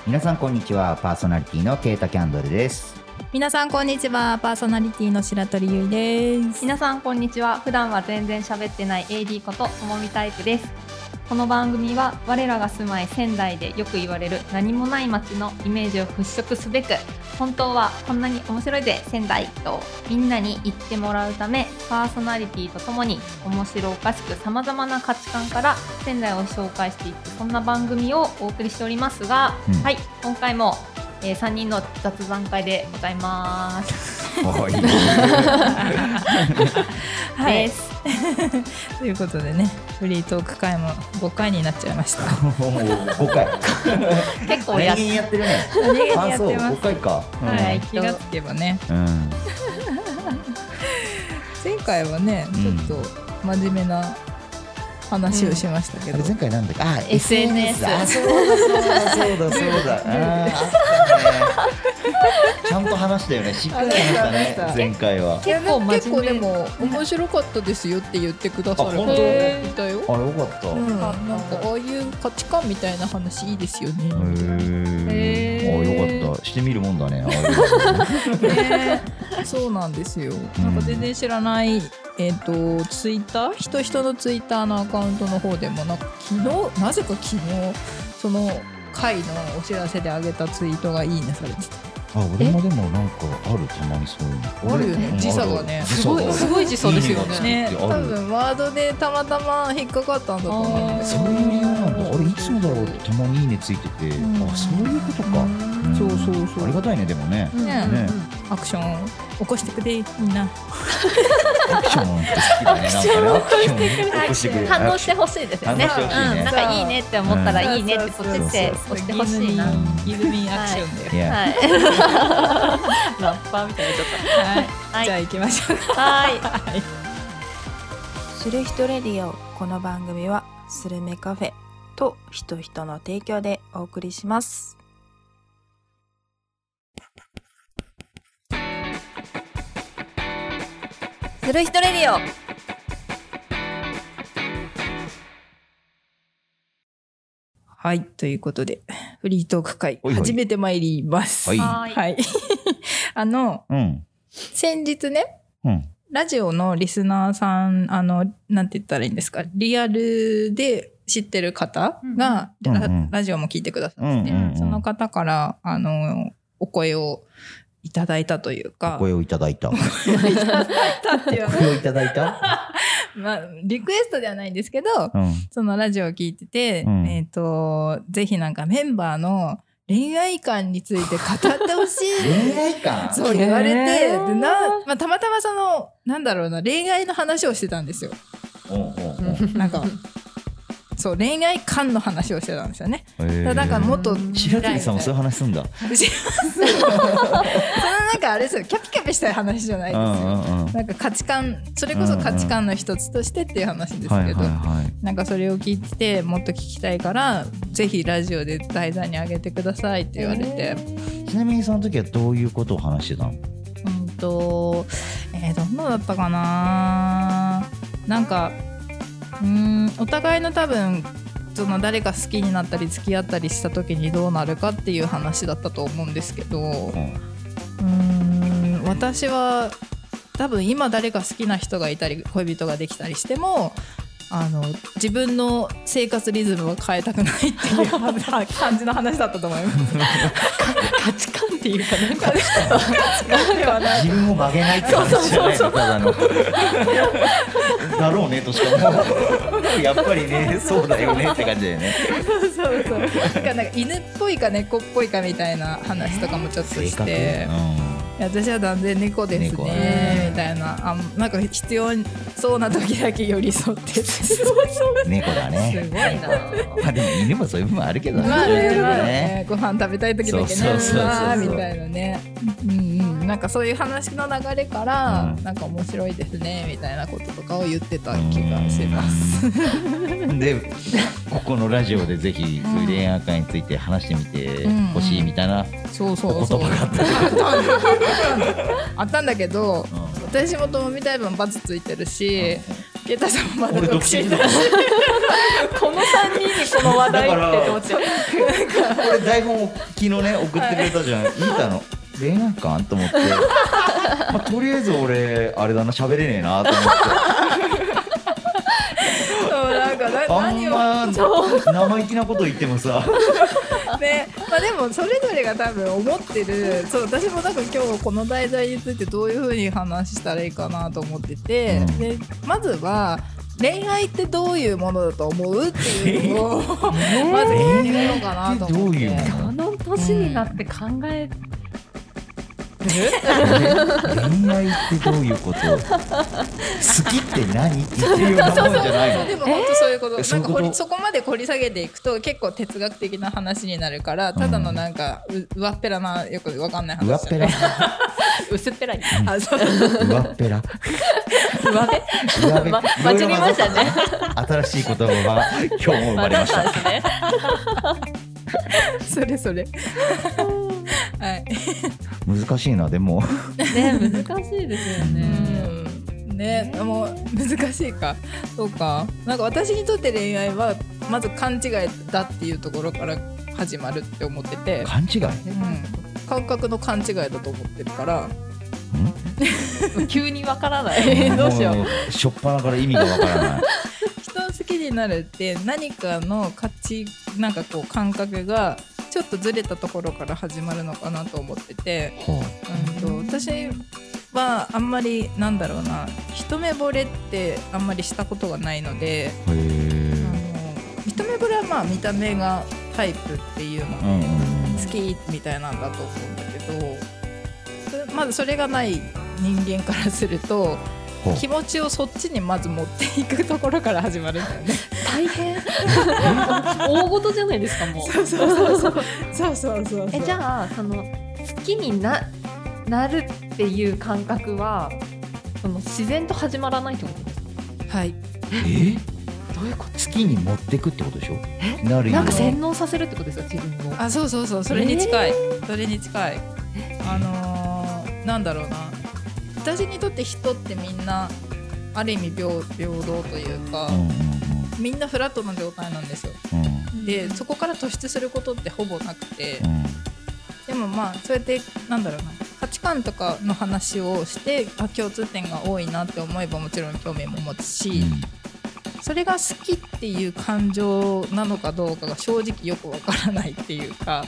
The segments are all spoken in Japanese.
皆さんこんにちは。パーソナリティのケータキャンドルです。 皆さんこんにちは。パーソナリティの白鳥ゆいです。 皆さんこんにちは。普段は全然喋ってない AD ことともみタイプです。この番組は我らが住まい仙台でよく言われる何もない街のイメージを払拭すべく、本当はこんなに面白いぜ仙台とみんなに言ってもらうため、パーソナリティとともに面白おかしくさまざまな価値観から仙台を紹介していく、そんな番組をお送りしておりますが、はい、今回も3人の雑談会でございます。 はいですということでね、フリートーク会も5回になっちゃいました。 5回結構やってるね。 やってます。 5回か、 はい、気がつけばね、前回はね、ちょっと真面目な話をしましたけど、 前回なんだっけ、 SNS だ。そうだちゃんと話したよね。しっかり話したね前回は。 結構でも面白かったですよって言ってくださる方いたよ。 あ、よかった。 なんかああいう価値観みたいな話いいですよね。 よかった。してみるもんだね。 そうなんですよ。なんか全然知らないツイッター、人のツイッターのアカウントの方でもなぜか昨日その回のお知らせで上げたツイートがいいねされてた。 俺もでもなんかある、たまにそういうのあるよね。時差がね、すごい時差ですよね。多分ワードでたまたま引っかかったんだと思うんだけど、 そういう理由なんだ。あれいつもだろうってたまにいいねついてて、あ、そういうことか。そうありがたいね。でもね、 アクション起こしてくれみんな。 アクションって好きだね。なんかね、アクション起こしてくれ。 反応してほしいですよね。なんかいいねって思ったらいいねってポチって押してほしいな。 ギブミーアクションで。 はい。ラッパーみたいなちょっと。 じゃあ行きましょう。 はい。 する人レディオ。この番組はスルメカフェと人の提供でお送りします。する人レディオ。 はい、ということでフリートーク会始めてまいります。はい。先日ね、ラジオのリスナーさん、なんて言ったらいいんですか、リアルで知ってる方が、ラジオも聞いてくださってて、その方からお声をいただいたというか、 お声をいただいたまあ、リクエストではないんですけど、そのラジオを聞いてて、ぜひなんかメンバーの恋愛観について語ってほしい。 恋愛観？ そう言われて、まあ、たまたまそのなんだろうな、恋愛の話をしてたんですよ。なんかそう、恋愛観の話をしてたんですよね。だからもっと白鳥さんもそういう話すんだ。 しますそのなんかあれですよ、キャピキャピしたい話じゃないですよ。なんか価値観、それこそ価値観の一つとしてっていう話ですけど、なんかそれを聞いてもっと聞きたいからぜひラジオで題材にあげてくださいって言われて。 ちなみにその時はどういうことを話してたの？ どんなだったかな。なんかお互いの多分その誰か好きになったり付き合ったりした時にどうなるかっていう話だったと思うんですけど、私は多分今誰か好きな人がいたり恋人ができたりしても自分の生活リズムを変えたくないっていう感じの話だったと思います。 価値観っていうかなんか自分を曲げないって話じゃないの。ただのだろうねとしかもやっぱりね、そうだよねって感じだよね。 そうなんか犬っぽいか猫っぽいかみたいな話とかもちょっとして、私は断然猫ですねみたいな、なんか必要そうな時だけ寄り添って猫だね。 すごいな。 まあでも犬もそういう部分あるけどね。ご飯食べたい時だけねみたいなね。なんかそういう話の流れからなんか面白いですねみたいなこととかを言ってた気がします。 で、ここのラジオでぜひそういう恋愛観について話してみてほしいみたいなお言葉があったんだけど、私もともみたい分バツついてるし、 ケタさんもまだ俺独身だこの3人にこの話題って思っちゃう。 俺台本を昨日ね送ってくれたじゃん、見たの恋愛観と思って、まあ、とりあえず俺あれだな喋れねえなと思ってそうなんかあんま生意気なこと言ってもさね、まあ、でもそれぞれが多分思ってる、そう私もなんか今日この題材についてどういう風に話したらいいかなと思ってて、でまずは恋愛ってどういうものだと思うっていうのをまず聞いてみようかなと思って。 この年になって考え恋愛ってどういうこと？好きって何っていうようなもんじゃないの？ でも本当そういうこと。なんかそこまで掘り下げていくと結構哲学的な話になるから、ただのなんか上っぺらなよくわかんない話。 上っぺら？ 薄っぺらい。 あ、そう。 上っぺら？ 上辺？間違えましたね。 新しい言葉が今日も生まれました。 それそれ。はい。 難しいなでも。 ね、難しいですよね。 ね、もう難しいか。そうか。なんか私にとって恋愛はまず勘違いだっていうところから始まるって思ってて。 勘違い？ 感覚の勘違いだと思ってるから。 急にわからない。どうしよう。しょっぱなから意味がわからない。 人を好きになるって何かの価値なんかこう感覚がちょっとずれたところから始まるのかなと思ってて、私はあんまりなんだろうな、一目惚れってあんまりしたことがないので、一目惚れはまあ見た目がタイプっていうので好きみたいなんだと思うんだけど、まずそれがない人間からすると気持ちをそっちにまず持っていくところから始まるんだよね。 大変。大事じゃないですかもう。 そう。 じゃあその好きになるっていう感覚はその自然と始まらないってことですか？ はい。 どういうこと？ 好きに持ってくってことでしょ？ なんか洗脳させるってことですか自分を？ あ、そうそれに近い。それに近い。なんだろうな。私にとって人ってみんなある意味平等というか、みんなフラットな状態なんですよ。でそこから突出することってほぼなくて、でもまあそうやってなんだろうな、価値観とかの話をして共通点が多いなって思えばもちろん興味も持つし、それが好きっていう感情なのかどうかが正直よくわからないっていうか。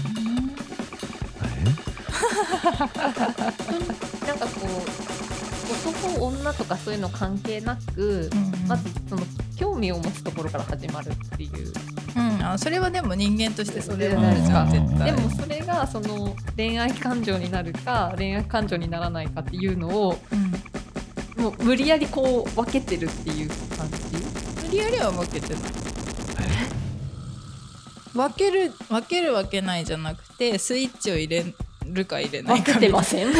なんかこう男女とかそういうの関係なく、まずその興味を持つところから始まるっていう、 それはでも人間としてそれになるじゃん、絶対。 でもそれがその恋愛感情になるか恋愛感情にならないかっていうのを、もう無理やりこう分けてるっていう感じ？ 無理やりは分けてない。分けるわけないじゃなくて、スイッチを入れるか入れないか。 分けてません。 スイ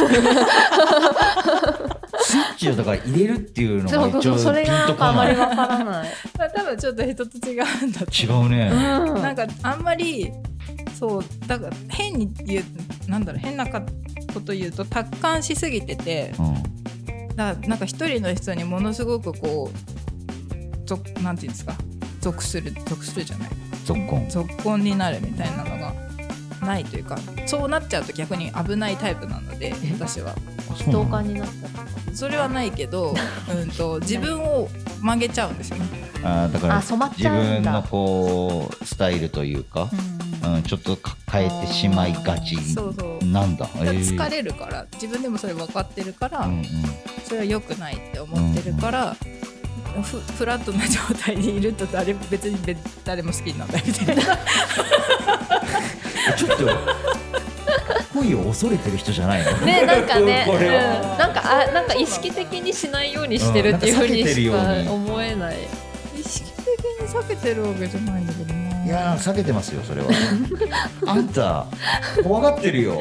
ッチをだから入れるっていうのが一応それがあんまりわからない。 多分ちょっと人と違うんだと。 違うね。 なんかあんまりそうだから変に言う変なこと言うと達観しすぎてて、なんか一人の人にものすごくこうなんていうんですか、属するじゃない。属婚になるみたいなのがないというか、そうなっちゃうと逆に危ないタイプなので、私はストーカーになっちゃう。 それはないけど、自分を曲げちゃうんですよね。 だから自分のこうスタイルというか、ちょっと変えてしまいがちなんだ。 疲れるから、自分でもそれ分かってるから、それは良くないって思ってるから、フラットな状態にいると別に誰も好きにならないみたいな。 ちょっと恋を恐れてる人じゃないのね、なんかね、なんか意識的にしないようにしてるっていうふうにしか思えない。 意識的に避けてるわけじゃないんだけどな。 いや避けてますよそれは。あんた怖がってるよ。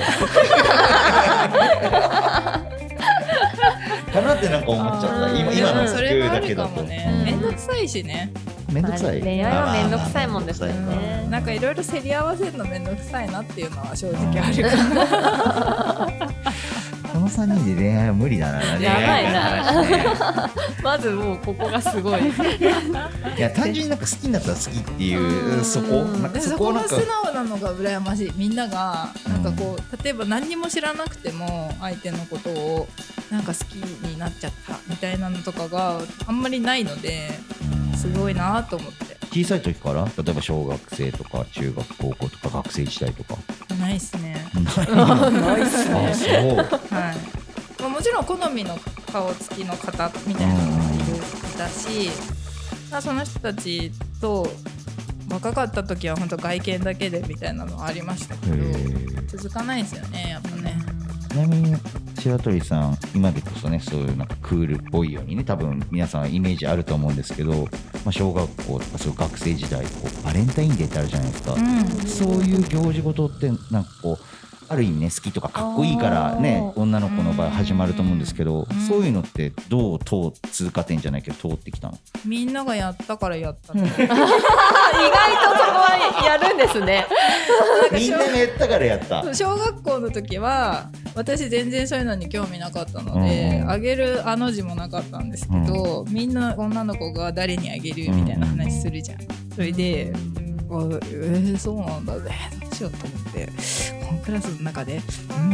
かなってなんか思っちゃった。今のそれもあるかもね。めんどくさいしね。 めんどくさい。 恋愛はめんどくさいもんですよね。 なんかいろいろ競り合わせるのめんどくさいなっていうのは正直あるかな。 このの3人で恋愛は無理だな。 やばいなまずもうここがすごいいや単純になんか好きになったら好きっていうそこなんかそこが素直なのが羨ましい。みんながなんかこう例えば何にも知らなくても相手のことをなんか好きになっちゃったみたいなのとかがあんまりないのですごいなと思って。 小さい時から例えば小学生とか中学高校とか学生時代とかないっすね。 ないっすね。 あ、そう。 はい。まあ、もちろん好みの顔つきの方みたいなのもいたし、その人たちと若かった時は本当外見だけでみたいなのはありましたけど続かないですよねやっぱね。 ちなみに白鳥さん今でこそねそういうなんかクールっぽいようにね多分皆さんイメージあると思うんですけど、まあ、小学校とかそういう学生時代こうバレンタインデーってあるじゃないですか、そういう行事事ってなんかこうある意味ね好きとかかっこいいからね女の子の場合始まると思うんですけど、そういうのってどう通過点じゃないけど通ってきたの？ みんながやったからやったの意外とそこはやるんですねみんながやったからやった。 小学校の時は私全然そういうのに興味なかったので、あげるの字もなかったんですけど、みんな女の子が誰にあげるみたいな話するじゃん。それでそうなんだねどうしようと思ってこのクラスの中で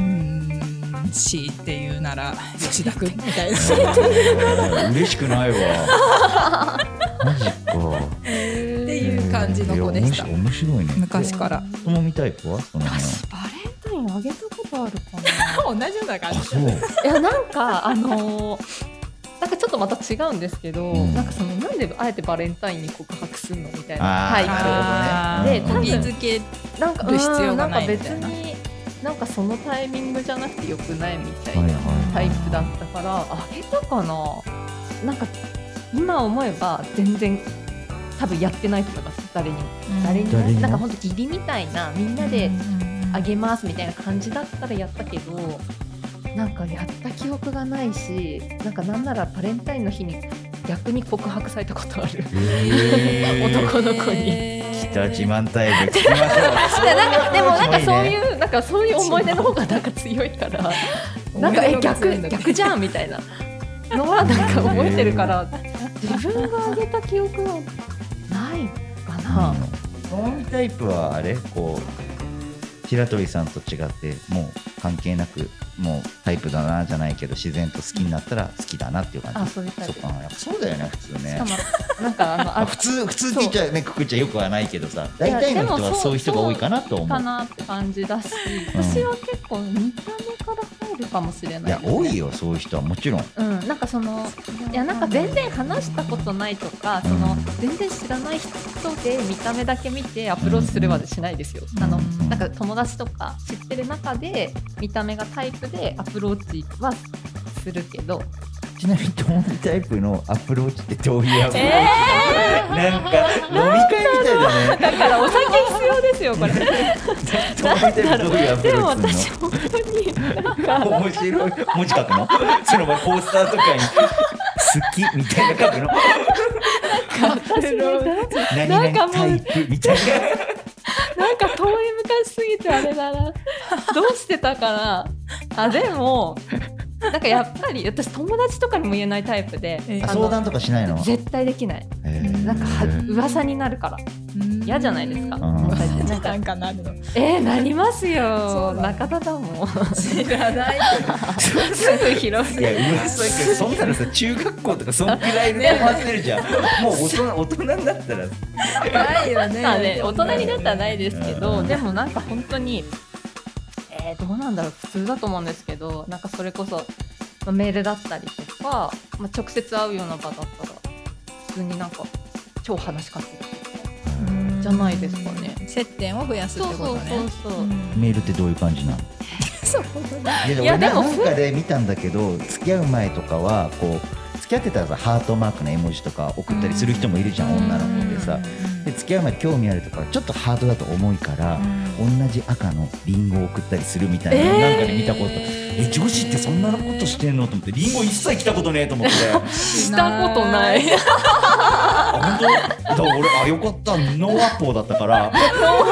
C っていうなら吉田くんみたいな嬉しくないわマジかっていう感じの子でした。 面白いね昔から。 ともみタイプはその辺はバレンタインあげたことあるかな同じような感じ。 そういやなんかなんかちょっとまた違うんですけど、なんかそのなんであえてバレンタインに告白するのみたいなタイプで、 釘付ける必要がないみたいな。 なんか別になんかそのタイミングじゃなくてよくないみたいなタイプだったからあげたかな。なんか今思えば全然多分やってないと思います。誰にもなんか本当義理みたいなみんなであげますみたいな感じだったらやったけど。なんかやった記憶がないし、なんならバレンタインの日に逆に告白されたことある、男の子に。 北自慢タイム聞きましょう。 でもなんかそういう思い出の方がなんか強いからなんか逆じゃんみたいなのはなんか覚えてるから自分があげた記憶はないかな。 ともみタイプはあれこう白鳥さんと違ってもう関係なくもうタイプだなじゃないけど自然と好きになったら好きだなっていう感じ。 そういうタイプ。 そうだよね普通ね。 しかもなんか普通って言っちゃねくくっちゃよくはないけどさ大体の人はそういう人が多いかなと思う。 かなって感じだし、私は結構見た目から入るかもしれないですね。 いや多いよそういう人はもちろん。 なんかいやなんか全然話したことないとか全然知らない人で見た目だけ見てアプローチするまでしないですよ。なんか友達とか知ってる中で見た目がタイプでアプローチはするけど。 ちなみにともみタイプのアプローチってどういうアプローチ？なんか飲み会みたいだね。 だからお酒必要ですよこれ。 ともみタイプどういうアプローチするの？ でも私本当になんか面白い文字書くの？そのポスターとかに好きみたいな書くの？何々タイプみたいな。 なんか遠い昔すぎてあれだな。どうしてたかな。でもなんかやっぱり私友達とかにも言えないタイプで、 相談とかしないの？ 絶対できない。なんか噂になるから嫌じゃないですか。 なんかなるの。 なりますよ。中田だもん。 知らない。 すぐ拾う。 いや噂だけどそんなのさ中学校とかそんくらいで回せるじゃん。もう大人になったらないよね。 大人になったらないですけど、でもなんか本当に。どうなんだろう普通だと思うんですけどなんかそれこそ、メールだったりとか、直接会うような場だったら普通になんか超話しかけるじゃないですかね。 接点を増やすってことね。 そうメールってどういう感じなの？いやでもなんかで見たんだけど付き合う前とかはこう付き合ってたらさハートマークの絵文字とか送ったりする人もいるじゃん女の子でさ。で付き合う前で興味あるとかちょっとハートだと重いから同じ赤のリンゴを送ったりするみたいななんかで見たこと。女子ってそんなことしてんのと思ってリンゴ一切来たことねえと思ってしたことない。 本当だから俺よかったノーアポだったから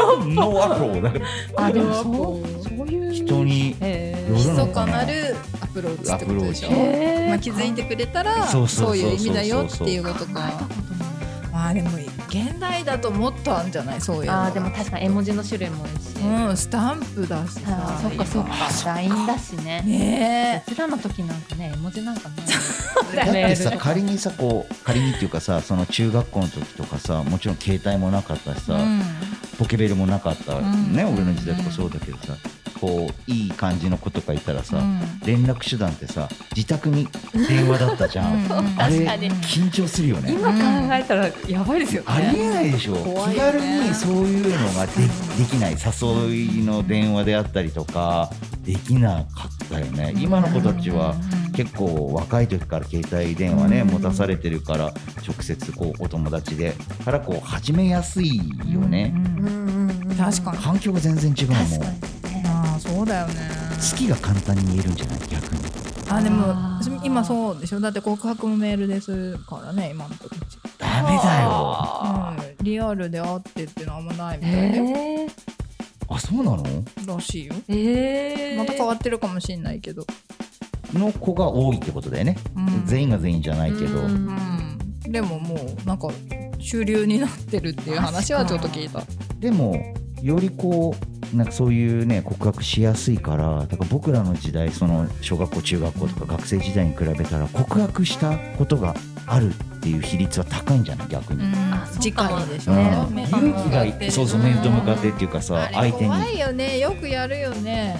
ノーアポだから。 でもそういう人によるのかな。 密かなるアプローチってことでしょ。まあ、気づいてくれたらそういう意味だよっていうことか。まあでも現代だともっとあるんじゃない、そういうの。 でも確かに絵文字の種類も多いし、 スタンプだしさ。 そっかそっか、LINE だしね。うちらの時なんかね、絵文字なんかねだってさ、仮にさ、こう仮にっていうかさ、その中学校の時とかさ、もちろん携帯もなかったしさ、ポケベルもなかったね、俺の時代とかそうだけどさ、こういい感じの子とかいたらさ、連絡手段ってさ、自宅に電話だったじゃん。あれ緊張するよね。 今考えたらやばいですよね。 ありえないでしょ。気軽にそういうのができない、誘いの電話であったりとかできなかったよね。今の子たちは結構若い時から携帯電話ね持たされてるから、直接こうお友達でからこう始めやすいよね。 確かに環境が全然違うもん。 そうだよね。 好きが簡単に言えるんじゃない、逆に。 でも今そうでしょ。だって告白もメールですからね、今の子たち。 ダメだよ。 リアルで会ってっていうのはあんまないみたいね。 あ、そうなの？ らしいよ。また変わってるかもしれないけど。 の子が多いってことだよね。全員が全員じゃないけど。 でももうなんか主流になってるっていう話はちょっと聞いた。 でもよりこうなんかそういうね告白しやすいから、だから僕らの時代、その小学校中学校とか学生時代に比べたら告白したことがあるっていう比率は高いんじゃない、逆に。 直にでしょ。 勇気がいって、そうそう面と向かってっていうかさ、相手に。 怖いよね、よくやるよね。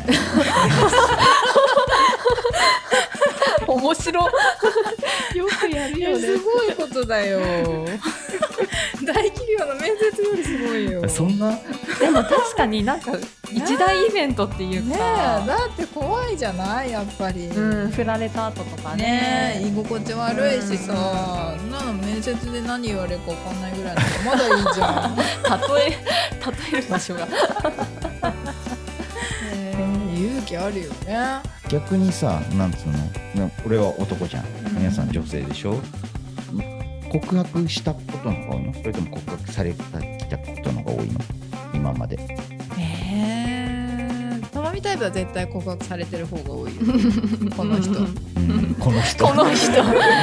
面白よくやるよね。 すごいことだよ。大企業の面接よりすごいよ。 そんな。 でも確かになんか一大イベントっていうか、 ね、だって怖いじゃない、やっぱり。 振られた後とかね、 居心地悪いしさ、なの面接で何言われるか分かんないぐらいだからまだいいじゃん。 例える場所が勇気あるよね。 逆にさ、なんつうの、俺は男じゃん、皆さん女性でしょ。告白したことの方が多いの？それとも告白されてきたことの方が多いの？今まで。 たまみタイプは絶対告白されてる方が多いよ。この人。 この人。 この人。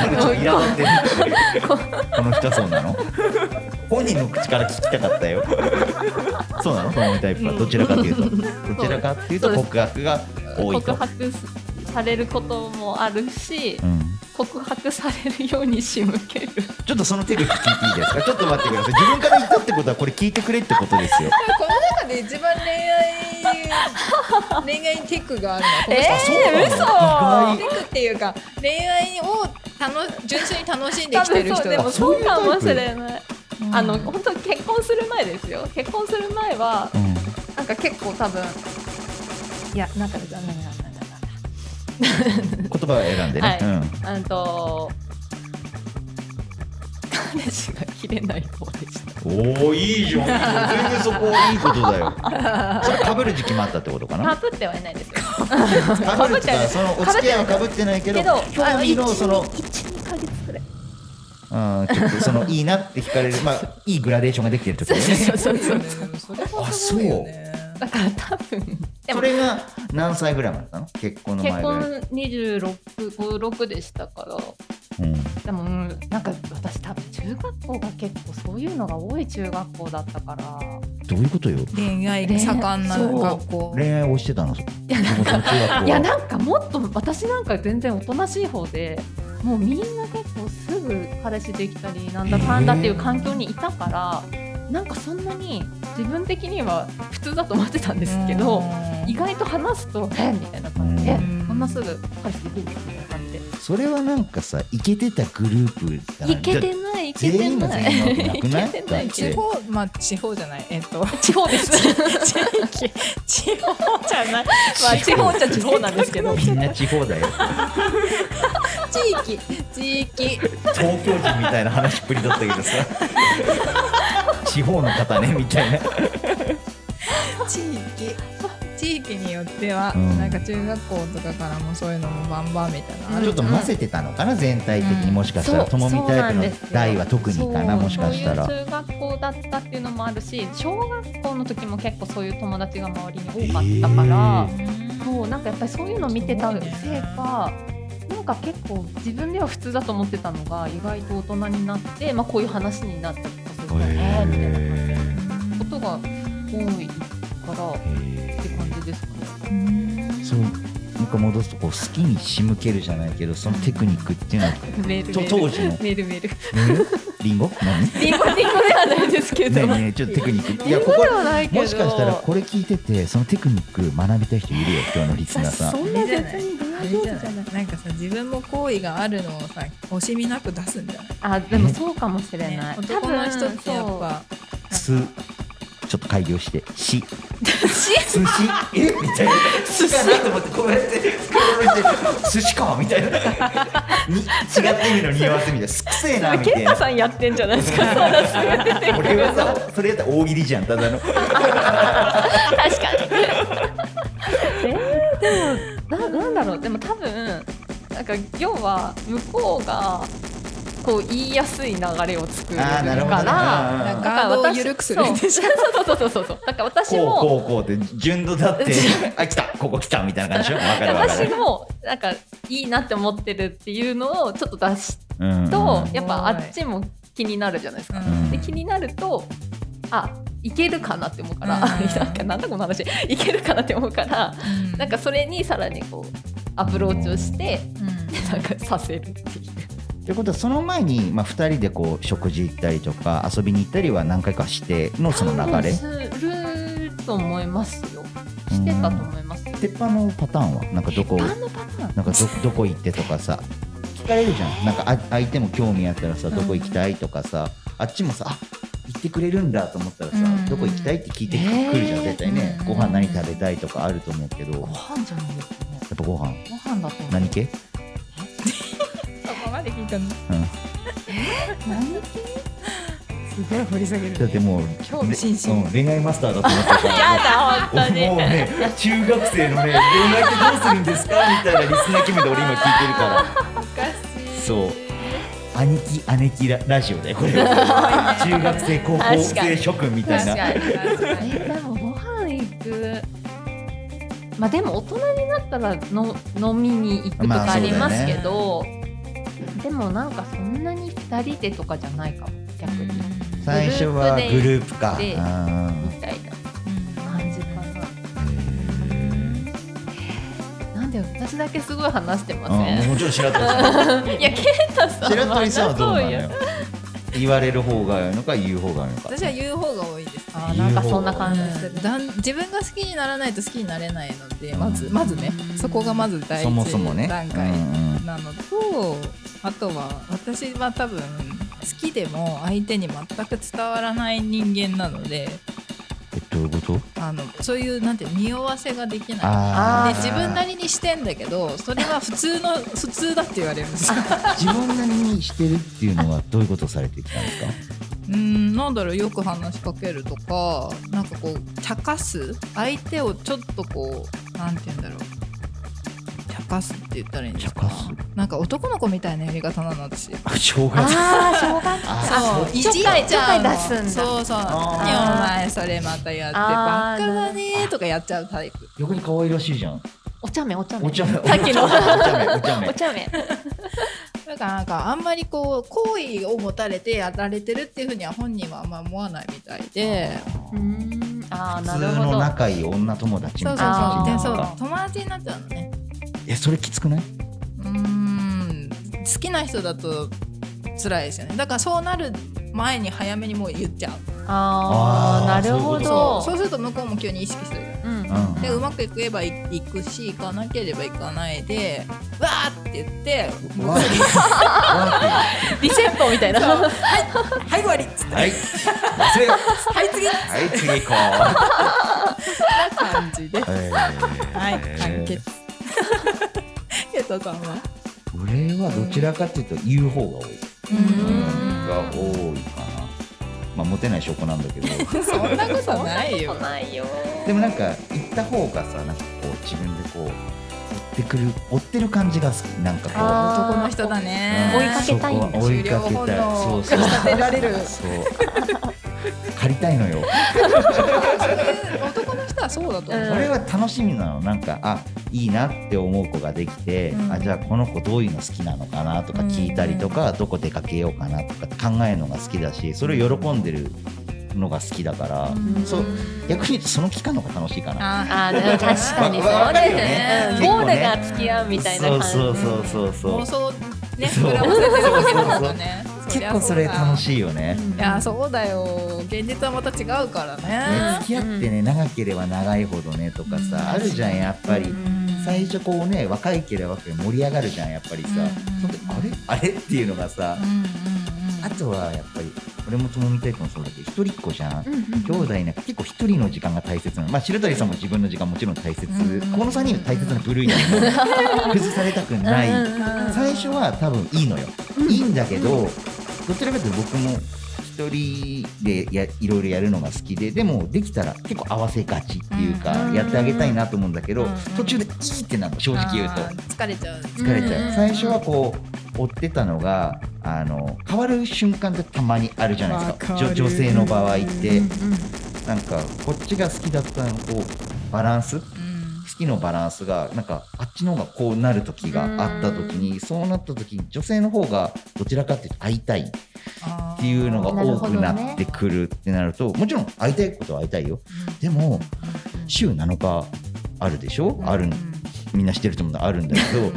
この人はそうなの？本人の口から聞きたかったよ。そうなの？たまみタイプはどちらかというと、告白が多いと。 告白されることもあるし、告白されるように仕向ける。 ちょっとその手口聞いていいですか？ちょっと待ってください。自分から言ったってことはこれ聞いてくれってことですよ。 この中で一番恋愛テクがあるの嘘。 はテクっていうか、恋愛を純粋に楽しんできてる人だ。 でもそうかもしれない。本当結婚する前ですよ。結婚する前は、なんか結構多分、いやなんか言葉を選んでね。 彼氏が切れない方でした。 おお、いいじゃん。全然そこいいことだよ。それ被る時期もあったってことかな。 被ってはいないですよ。 被るってか、そのお付き合いは被ってないけど、興味のその 1-2ヶ月くらい。 ちょっとそのいいなって惹かれる、まあいいグラデーションができてる時だよね。 あ、そう。 だから多分それが何歳ぐらいまでだったの？結婚の前ぐらい。 結婚26、6でしたから。でもなんか私多分中学校が結構そういうのが多い中学校だったから。 どういうことよ？ 恋愛盛んな学校。 恋愛をしてたの？いやなんかもっと私なんか全然おとなしい方で、もうみんな結構すぐ彼氏できたりなんだかんだっていう環境にいたから、なんかそんなに自分的には普通だと思ってたんですけど、意外と話すとみたいな感じで、こんなすぐ彼氏できるみたいな感じで。 それはなんかさ、イケてたグループだな。 イケてない、イケてない。 全員がなくない？ 地方、まあ地方じゃない、 地方です。 地方じゃない。 まあ地方っちゃ地方なんですけど。 みんな地方だよ。 地域。 東京人みたいな話っぷりだったけどさ。地方の方ねみたいな。地域によっては、なんか中学校とかからもそういうのもバンバンみたいな、ちょっと混ぜてたのかな、全体的に。もしかしたらともみタイプの代は特にかな、もしかしたら。 そういう中学校だったっていうのもあるし、小学校の時も結構そういう友達が周りに多かったから、 そうなんかやっぱりそういうの見てたせいか、なんか結構自分では普通だと思ってたのが意外と大人になって、こういう話になったりとかするとみたいなことが多いからって感じですかね。 そうもう一回戻すとこう好きに仕向けるじゃないけど、そのテクニックっていうのは当時のメールリンゴリンゴではないですけどねちょっとテクニック、いやここもしかしたらこれ聞いててそのテクニック学びたい人いるよ、今日のリスナーさん。 そんな絶対になんかさ、自分も好意があるのをさ惜しみなく出すんじゃない？ でもそうかもしれない、 ね、男の人ってやっぱちょっと開業して寿司みたいな寿司かなと思ってこうやって寿司かみたいな違って意味の匂わせみたいなすくせえなみたいな。 ケンタさんやってんじゃないですか。 俺はさそれやったら大喜利じゃん、ただの確かにでもなんだろう、でも多分なんか要は向こうがこう言いやすい流れを作るから、 ガードを緩くするんでしょ。 そうだから私もこうって順度だって来たここ来たみたいな感じでしょ。分かる私もなんかいいなって思ってるっていうのをちょっと出すと、やっぱあっちも気になるじゃないですか。で気になるといけるかなって思うから、なんだこの話いけるかなって思うから、なんかそれにさらにこうアプローチをして、なんかさせるっていう。 ということはその前に、2人でこう食事行ったりとか遊びに行ったりは何回かしてのその流れすると思いますよ。してたと思います。 鉄板のパターンはなんかどこ行ってとかさ聞かれるじゃん。なんか相手も興味あったらさどこ行きたいとかさ、あっちもさ行ってくれるんだと思ったらさ、どこ行きたいって聞いてくるじゃん絶対ね。ご飯何食べたいとかあると思うけど、 ご飯じゃないですかね。 やっぱご飯だと思う。 何系？ そこまで聞いたの？ 何系？ すごい掘り下げる。 だってもう恋愛マスターだと思ってたから。 やだ本当に。 もうね中学生のね恋愛ってどうするんですかみたいなリスナー気分で俺今聞いてるから。 おかしい。 そう。兄貴姉貴ラジオでこれは中学生高校生諸君みたいな。 でもご飯行く。でも大人になったら飲みに行くとかありますけど、でもなんかそんなに2人でとかじゃないかも逆に。 最初はグループかみたいな感じかな。なんで私だけすごい話してません？ もちろん白鳥さん。 いやケンタさん白鳥さんはどうなのよ。言われる方がいいのか言う方がいいのか。 私は言う方が多いです。 なんかそんな感じです。 自分が好きにならないと好きになれないので、まずね、そこがまず第一段階なのと、あとは私は多分好きでも相手に全く伝わらない人間なので。 どういうこと？ そういうなんて匂わせができないで、自分なりにしてんだけどそれは普通だって言われるんですよ。 自分なりにしてるっていうのはどういうことをされてきたんですか？ なんだろう、よく話しかけるとか、なんかこう茶化す相手をちょっとこうなんて言うんだろう、茶化すって言ったらいいんですか？なんか男の子みたいなやり方なの私。 正月。 そうちょっかい出すんだ。 そうそう。お前それまたやってバカだねとかやっちゃうタイプ。 逆に可愛らしいじゃん。 お茶目。さっきのお茶目。 なんかあんまりこう好意を持たれてやられてるっていうふうには本人はあんま思わないみたいで。 普通の仲いい女友達みたいな。そう友達になっちゃうのね。 それきつくない？ 好きな人だと辛いですよね。だからそうなる前に早めにもう言っちゃう。 なるほど。 そうすると向こうも急に意識する。でうまくいけばいくし、行かなければ行かないでわーって言ってリセットみたいな。 はい終わりっつって。はい次行こう。 な感じです。はい完結。ケトさんは？ 俺はどちらかというと言う方が多い。が多いかな。モテない証拠なんだけど。 そんなことないよ。 でもなんか言った方がさ、なんかこう自分でこう追ってる感じが好き。なんかこう男の人だね。 追いかけたいんだ。 追いかけたい。 そう立てられる。 そう。借りたいのよ。 男の人はらそうだと思う。 俺は楽しみなの。なんかいいなって思う子ができて、じゃあこの子どういうの好きなのかなとか聞いたりとか、どこ出かけようかなとか考えるのが好きだし、それを喜んでるのが好きだから、そう逆に言うとその期間の方が楽しいかな。 でも確かにそうだよね。ゴールが付き合うみたいな感じ。 そう妄想ね、膨らませてるわけだからね。 結構それ楽しいよね。 いやそうだよ。現実はまた違うからね。 付き合ってね、長ければ長いほどねとかさ、あるじゃんやっぱり。最初こうね、若いければ若い盛り上がるじゃんやっぱりさ。そんであれっていうのがさ、あとはやっぱり俺もともみタイプもそうだけど、一人っ子じゃん。兄弟ね、結構一人の時間が大切なの。まあ白鳥さんも自分の時間もちろん大切。この3人は大切な部類なの。崩されたくない。最初は多分いいのよ。いいんだけど、どちらかというと僕も一人でいろいろやるのが好きで、でもできたら結構合わせがちっていうか、やってあげたいなと思うんだけど、途中でいいってなるの、正直言うと疲れちゃう。 最初はこう追ってたのが変わる瞬間ってたまにあるじゃないですか。女性の場合ってなんかこっちが好きだったのこうバランス、好きのバランスがなんかあっちの方がこうなる時があった時に、そうなった時に女性の方がどちらかっていうと会いたいっていうのが多くなってくるってなると、もちろん会いたいことは会いたいよ。でも週7日あるでしょ。ある、みんな知ってると思うんだ、あるんだけど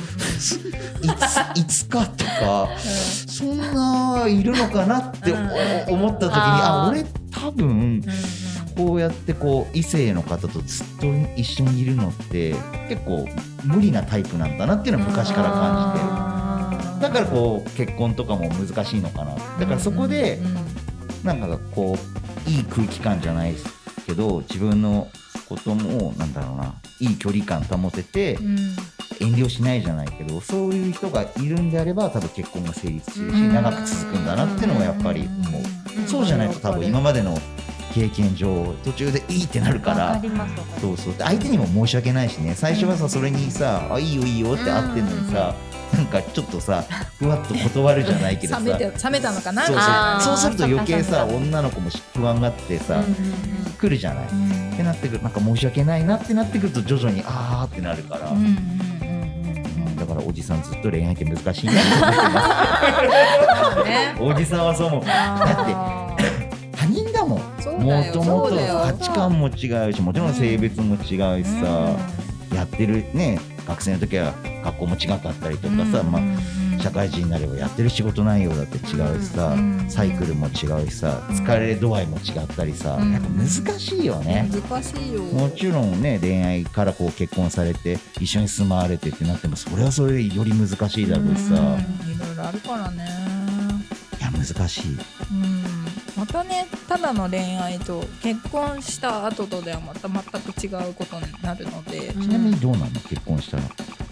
5日とかそんないるのかなって思った時に、俺多分こうやってこう異性の方とずっと一緒にいるのって結構無理なタイプなんだなっていうのは昔から感じてる。だからこう結婚とかも難しいのかな。だからそこでなんかこういい空気感じゃないけど、自分のこともなんだろうな、いい距離感保てて、遠慮しないじゃないけど、そういう人がいるんであれば多分結婚が成立するし、長く続くんだなっていうのがやっぱり思う。そうじゃないと多分今までの経験上途中でいいってなるから、そう相手にも申し訳ないしね。最初はさ、それにさいいよいいよってあってんのにさ、なんかちょっとさふわっと断るじゃないけどさ、 冷めたのかな。 そうすると余計さ、女の子も不安があってさ、来るじゃない、ってなってくる。なんか申し訳ないなってなってくると徐々にってなるから、だからおじさんずっと恋愛って難しいなと思ってます。おじさんはそう思う。だって他人だもん。もともと価値観も違うし、もちろん性別も違うしさ、やってるね、学生の時は学校も違かったりとかさ、社会人になればやってる仕事内容だって違うしさ、サイクルも違うしさ、疲れ度合いも違ったりさ、やっぱ難しいよね。 難しいよ。 もちろんね、恋愛からこう結婚されて一緒に住まわれてってなっても、それはそれでより難しいだろうしさ、いろいろあるからね。 いや難しい。 またね、ただの恋愛と結婚した後とではまた全く違うことになるので。 ちなみにどうなの、結婚したら。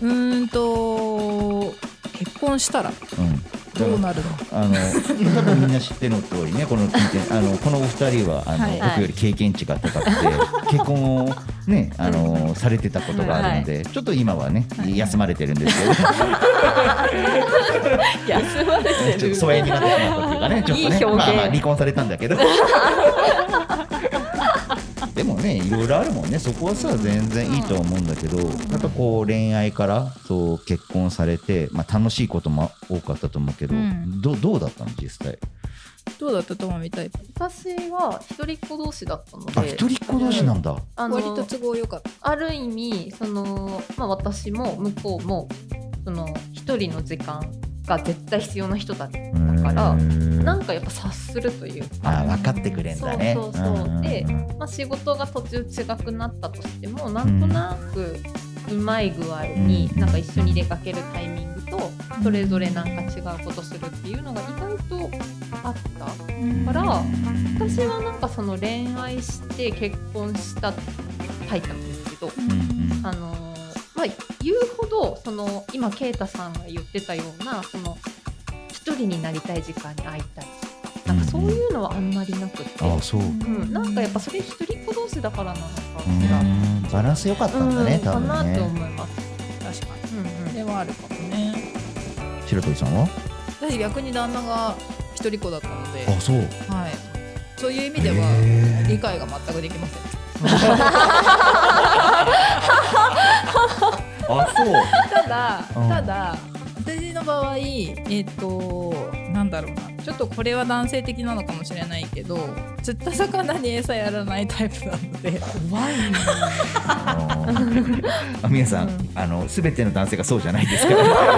結婚したら、どうなるの。 多分みんな知っての通りね、このお二人は僕より経験値が高くて結婚をねされてたことがあるので、ちょっと今はね休まれてるんですけど、 休まれてる、 ちょっと疎遠になってしまったっていうかね、ちょっとね、まあ離婚されたんだけどでもね、いろいろあるもんね。そこはさ全然いいと思うんだけど、やっぱこう恋愛からそう結婚されて、楽しいことも多かったと思うけど、どうだったの実際。 どうだったともみたい。 私は一人っ子同士だったので。 一人っ子同士なんだ。 割と都合良かった。 ある意味私も向こうも一人の時間が絶対必要な人だったから、なんかやっぱ察するというか、 分かってくれんだね。 で、仕事が途中違くなったとしても、なんとなくうまい具合になんか一緒に出かけるタイミングとそれぞれなんか違うことするっていうのが意外とあったから、私はなんかその恋愛して結婚したタイプなんですけど、言うほど今啓太さんが言ってたような一人になりたい時間に会いたい、なんかそういうのはあんまりなくて、なんかやっぱそれ一人っ子同士だからなのかバランス良かったんだね、多分ね。 かなと思います。 確かに、それはあるかもね。 白鳥さんは？ 私逆に旦那が一人っ子だったので、 そう、 そういう意味では理解が全くできません。 あ、そう。 ただ私の場合なんだろうな、ちょっとこれは男性的なのかもしれないけど、釣った魚に餌やらないタイプなので怖い皆さん、全ての男性がそうじゃないです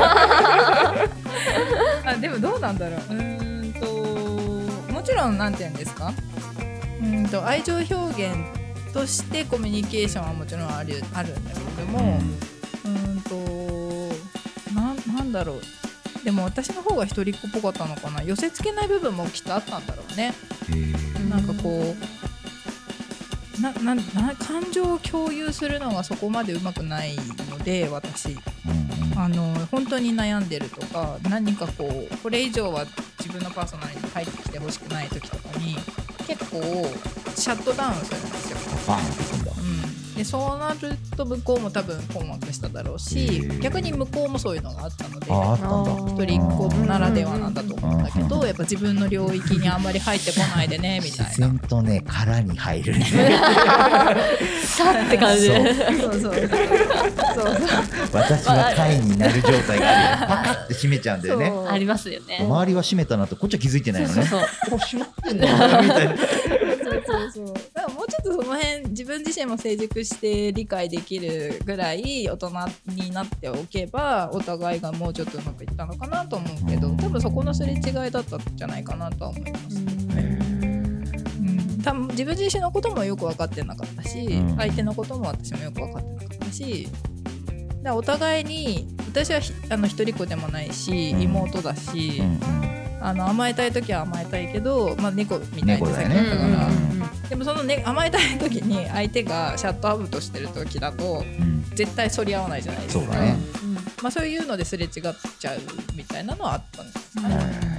からでもどうなんだろう。もちろんなんて言うんですか、愛情表現としてコミュニケーションはもちろんあるんだけれども、なんだろう、でも私の方が一人っ子っぽかったのかな。寄せ付けない部分もきっとあったんだろうね。なんかこう感情を共有するのがそこまでうまくないので、私、本当に悩んでるとか、何かこれ以上は自分のパーソナリティに入ってきてほしくない時とかに結構シャットダウンするんですよ。でそうなると向こうも多分困惑しただろうし、逆に向こうもそういうのがあったので、一人っ子ならではなんだと思うんだけど、やっぱ自分の領域にあんまり入ってこないでねみたいな。 自然とね、殻に入るねさって感じで、 そう私は貝になる状態がある。パカッて閉めちゃうんだよね。 ありますよね。 周りは閉めたなとこっちは気づいてないのね。閉まってんのみたいな。 そうだからもうちょっとその辺自分自身も成熟して理解できるぐらい大人になっておけば、お互いがもうちょっとうまくいったのかなと思うけど、多分そこのすれ違いだったんじゃないかなとは思います。多分自分自身のこともよく分かってなかったし、相手のことも私もよく分かってなかったし、だからお互いに、私は一人っ子でもないし、妹だし、甘えたい時は甘えたいけど、猫みたいなさっきだったから、でもその、甘えたい時に相手がシャットアウトしてる時だと、絶対反り合わないじゃないですか。 そうだね。 そういうのですれ違っちゃうみたいなのはあったんですかね。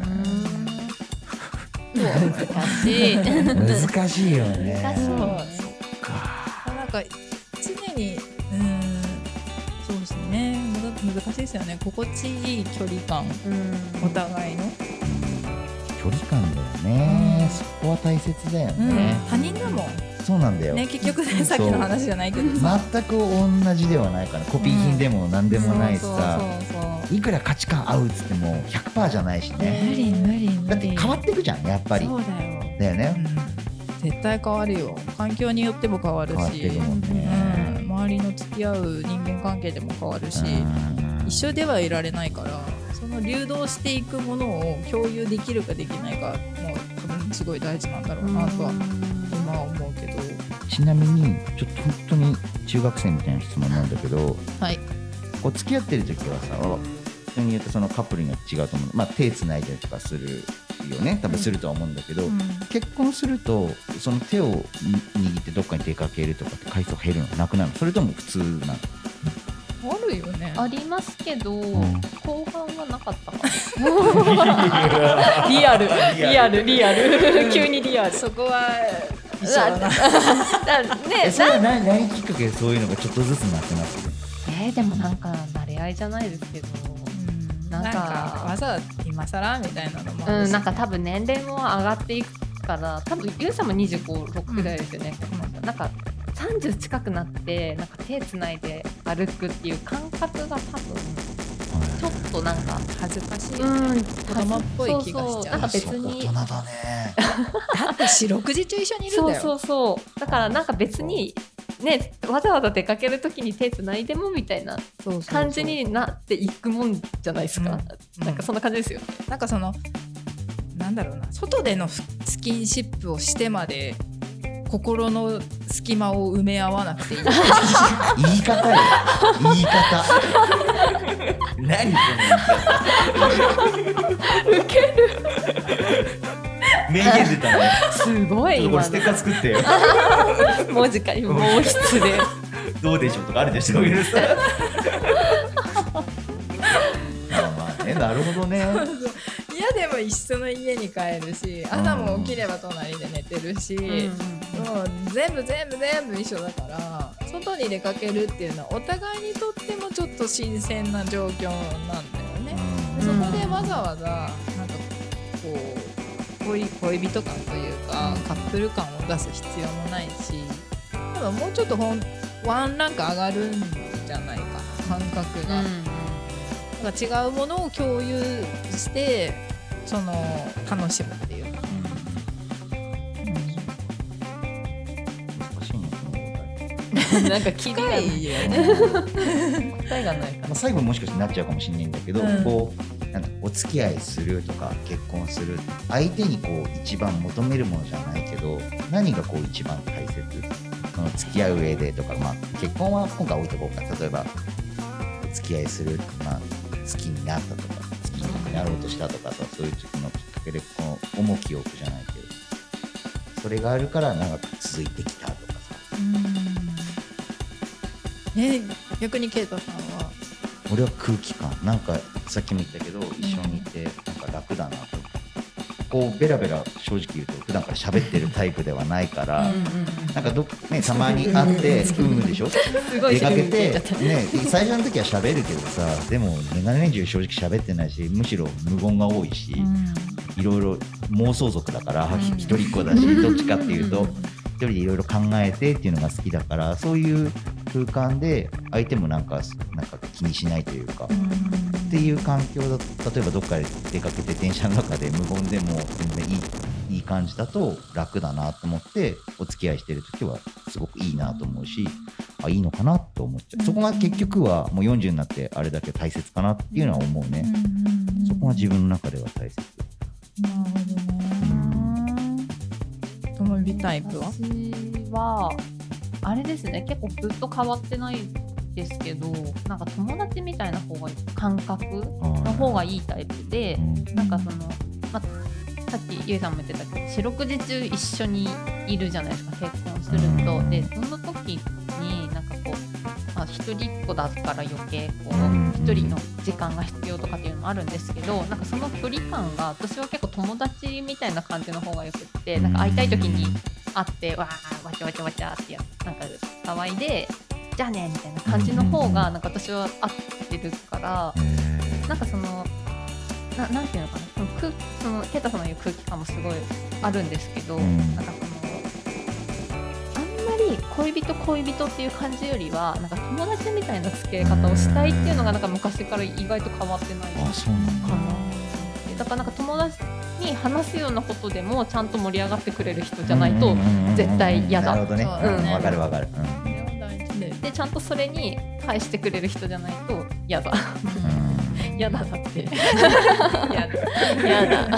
難しいよね。 難しいよね。 なんか常にそうですね、難しいですよね。心地いい距離感、お互いの距離感だよね。そこは大切だよね。 他人だもん。 そうなんだよ。 結局ね、さっきの話じゃないけど全く同じではないから、コピー品でも何でもないしさ、いくら価値観合うっつっても 100% じゃないしね。 無理だって変わってくじゃん、やっぱり。 そうだよね。 絶対変わるよ。環境によっても変わるし、 変わってくもんね。 周りの付き合う人間関係でも変わるし、一緒ではいられないから、その流動していくものを共有できるかできないかも多分すごい大事なんだろうなとは今は思うけど。 ちなみにちょっと本当に中学生みたいな質問なんだけど、こう付き合ってる時はさ、人によってそのカップルによって違うと思う。手つないだりとかするよね、多分するとは思うんだけど、結婚するとその手を握ってどっかに出かけるとかって回数減るの、なくなるの、それとも普通なの？ あるよね。 ありますけど、後半はなかったかな。リアル急にリアル。 そこは一緒だな。 それは何きっかけでそういうのがちょっとずつなくなってる？ でもなんか慣れ合いじゃないですけど、 なんかわざわざ今更みたいなのもあるし、 なんか多分年齢も上がっていくから、多分ゆうさんも25、6くらいですよね。なんか30近くなってなんか手つないで歩くっていう感覚が多分ちょっとなんか恥ずかしいよね。子供っぽい気がしちゃう。 なんか別に大人だね。 だって四六時中一緒にいるんだよ。 そうだからなんか別にね、わざわざ出かけるときに手つないでもみたいな感じになっていくもんじゃないですか。なんかそんな感じですよ。 なんかそのなんだろうな、外でのスキンシップをしてまで心の隙間を埋め合わなくていい。 言い方よ、言い方。何この言い方。 ウケる。 名言出たね。 すごい。 これステッカー作ってよ。 文字かに毛筆で。 どうでしょうとかあるでしょ。なるほどね。 嫌でも一緒の家に帰るし、朝も起きれば隣で寝てるし、もう全部一緒だから、外に出かけるっていうのはお互いにとってもちょっと新鮮な状況なんだよね。でそこでわざわざなんかこう恋人感というか、カップル感を出す必要もないし、多分もうちょっとわワンランク上がるんじゃないかな、感覚が、なんか違うものを共有してその楽しむっていうか、 難しいねこの問題なんかキリがない答えがないから、 最後もしかしてなっちゃうかもしれないんだけど、こうなんかお付き合いするとか結婚する、相手にこう一番求めるものじゃないけど、何がこう一番大切、その付き合う上でとか、結婚は今回置いとこうか。例えばお付き合いする、好きになったとか好きになろうとしたとか、そういう時のきっかけでこの重きを置くじゃないけど、それがあるから長く続いてきたとかさ。 逆にケイタさんは？ 俺は空気感、なんかさっきも言ったけど一緒にいてなんか楽だなと、こうベラベラ正直言うと普段から喋ってるタイプではないからなんかたまに会ってでしょ出かけて、最初の時は喋るけどさ、でも年中正直喋ってないし、むしろ無言が多いし、いろいろ妄想族だから一人っ子だし、どっちかっていうと一人でいろいろ考えてっていうのが好きだから、そういう空間で相手もなんか気にしないというかっていう環境だと、例えばどっかで出かけて電車の中で無言でも全然いい感じだと楽だなと思って、お付き合いしてる時はすごくいいなと思うし、いいのかなと思っちゃう。そこが結局はもう40になってあれだけ大切かなっていうのは思うね。そこが自分の中では大切。 なるほどね。ともみタイプは？ 私はあれですね、結構ずっと変わってないですけど、なんか友達みたいな方が感覚の方がいいタイプで、なんかその、さっきゆいさんも言ってたけど、四六時中一緒にいるじゃないですか、結婚すると。でその時になんかこう、一人っ子だから余計こう一人の時間が必要とかっていうのもあるんですけど、なんかその距離感が私は結構友達みたいな感じの方がよくって、なんか会いたい時に会ってわちゃわちゃわちゃってなんか騒いでじゃあねみたいな感じの方がなんか私は合ってるから、なんかそのなんていうのかな、そのケイタさんの言う空気感もすごいあるんですけど、なんかそのあんまり恋人っていう感じよりはなんか友達みたいな付き合い方をしたいっていうのがなんか昔から意外と変わってないかな。だからなんか友達に話すようなことでもちゃんと盛り上がってくれる人じゃないと絶対嫌だ。 なるほどね。わかるわかる。 でちゃんとそれに返してくれる人じゃないと嫌だ。嫌だだって。嫌だ。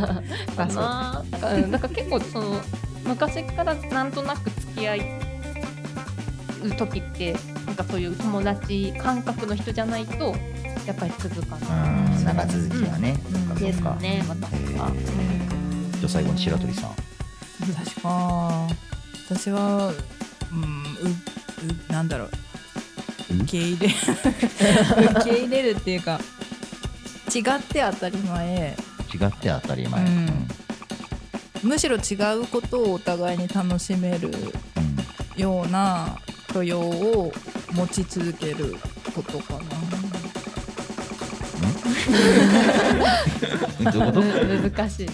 なんか結構その昔からなんとなく付き合う時ってなんかそういう友達感覚の人じゃないとやっぱり続かない。 長続きはね。 ですかね。また。 じゃあ最後に白鳥さん。 私はなんだろう、受け入れるっていうか、違って当たり前。むしろ違うことをお互いに楽しめるような許容を持ち続けることかな。 どういうこと？ 難しい。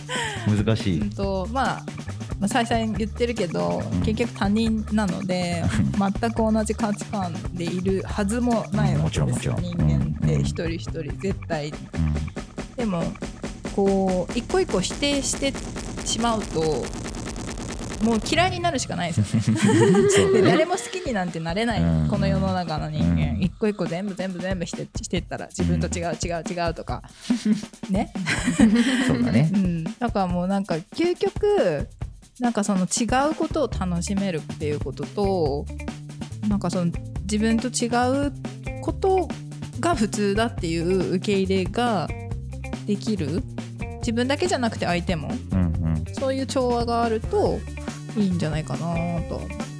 再々言ってるけど、結局他人なので全く同じ価値観でいるはずもないわけですよ。人間って一人一人絶対、でもこう一個一個否定してしまうともう嫌いになるしかないですよねで誰も好きになんてなれない、この世の中の人間、一個一個全部否定してったら自分と違うとかねそうだね、 だからもうなんか究極なんかその違うことを楽しめるっていうことと、なんかその自分と違うことが普通だっていう受け入れができる、自分だけじゃなくて相手も、そういう調和があるといいんじゃないかなと。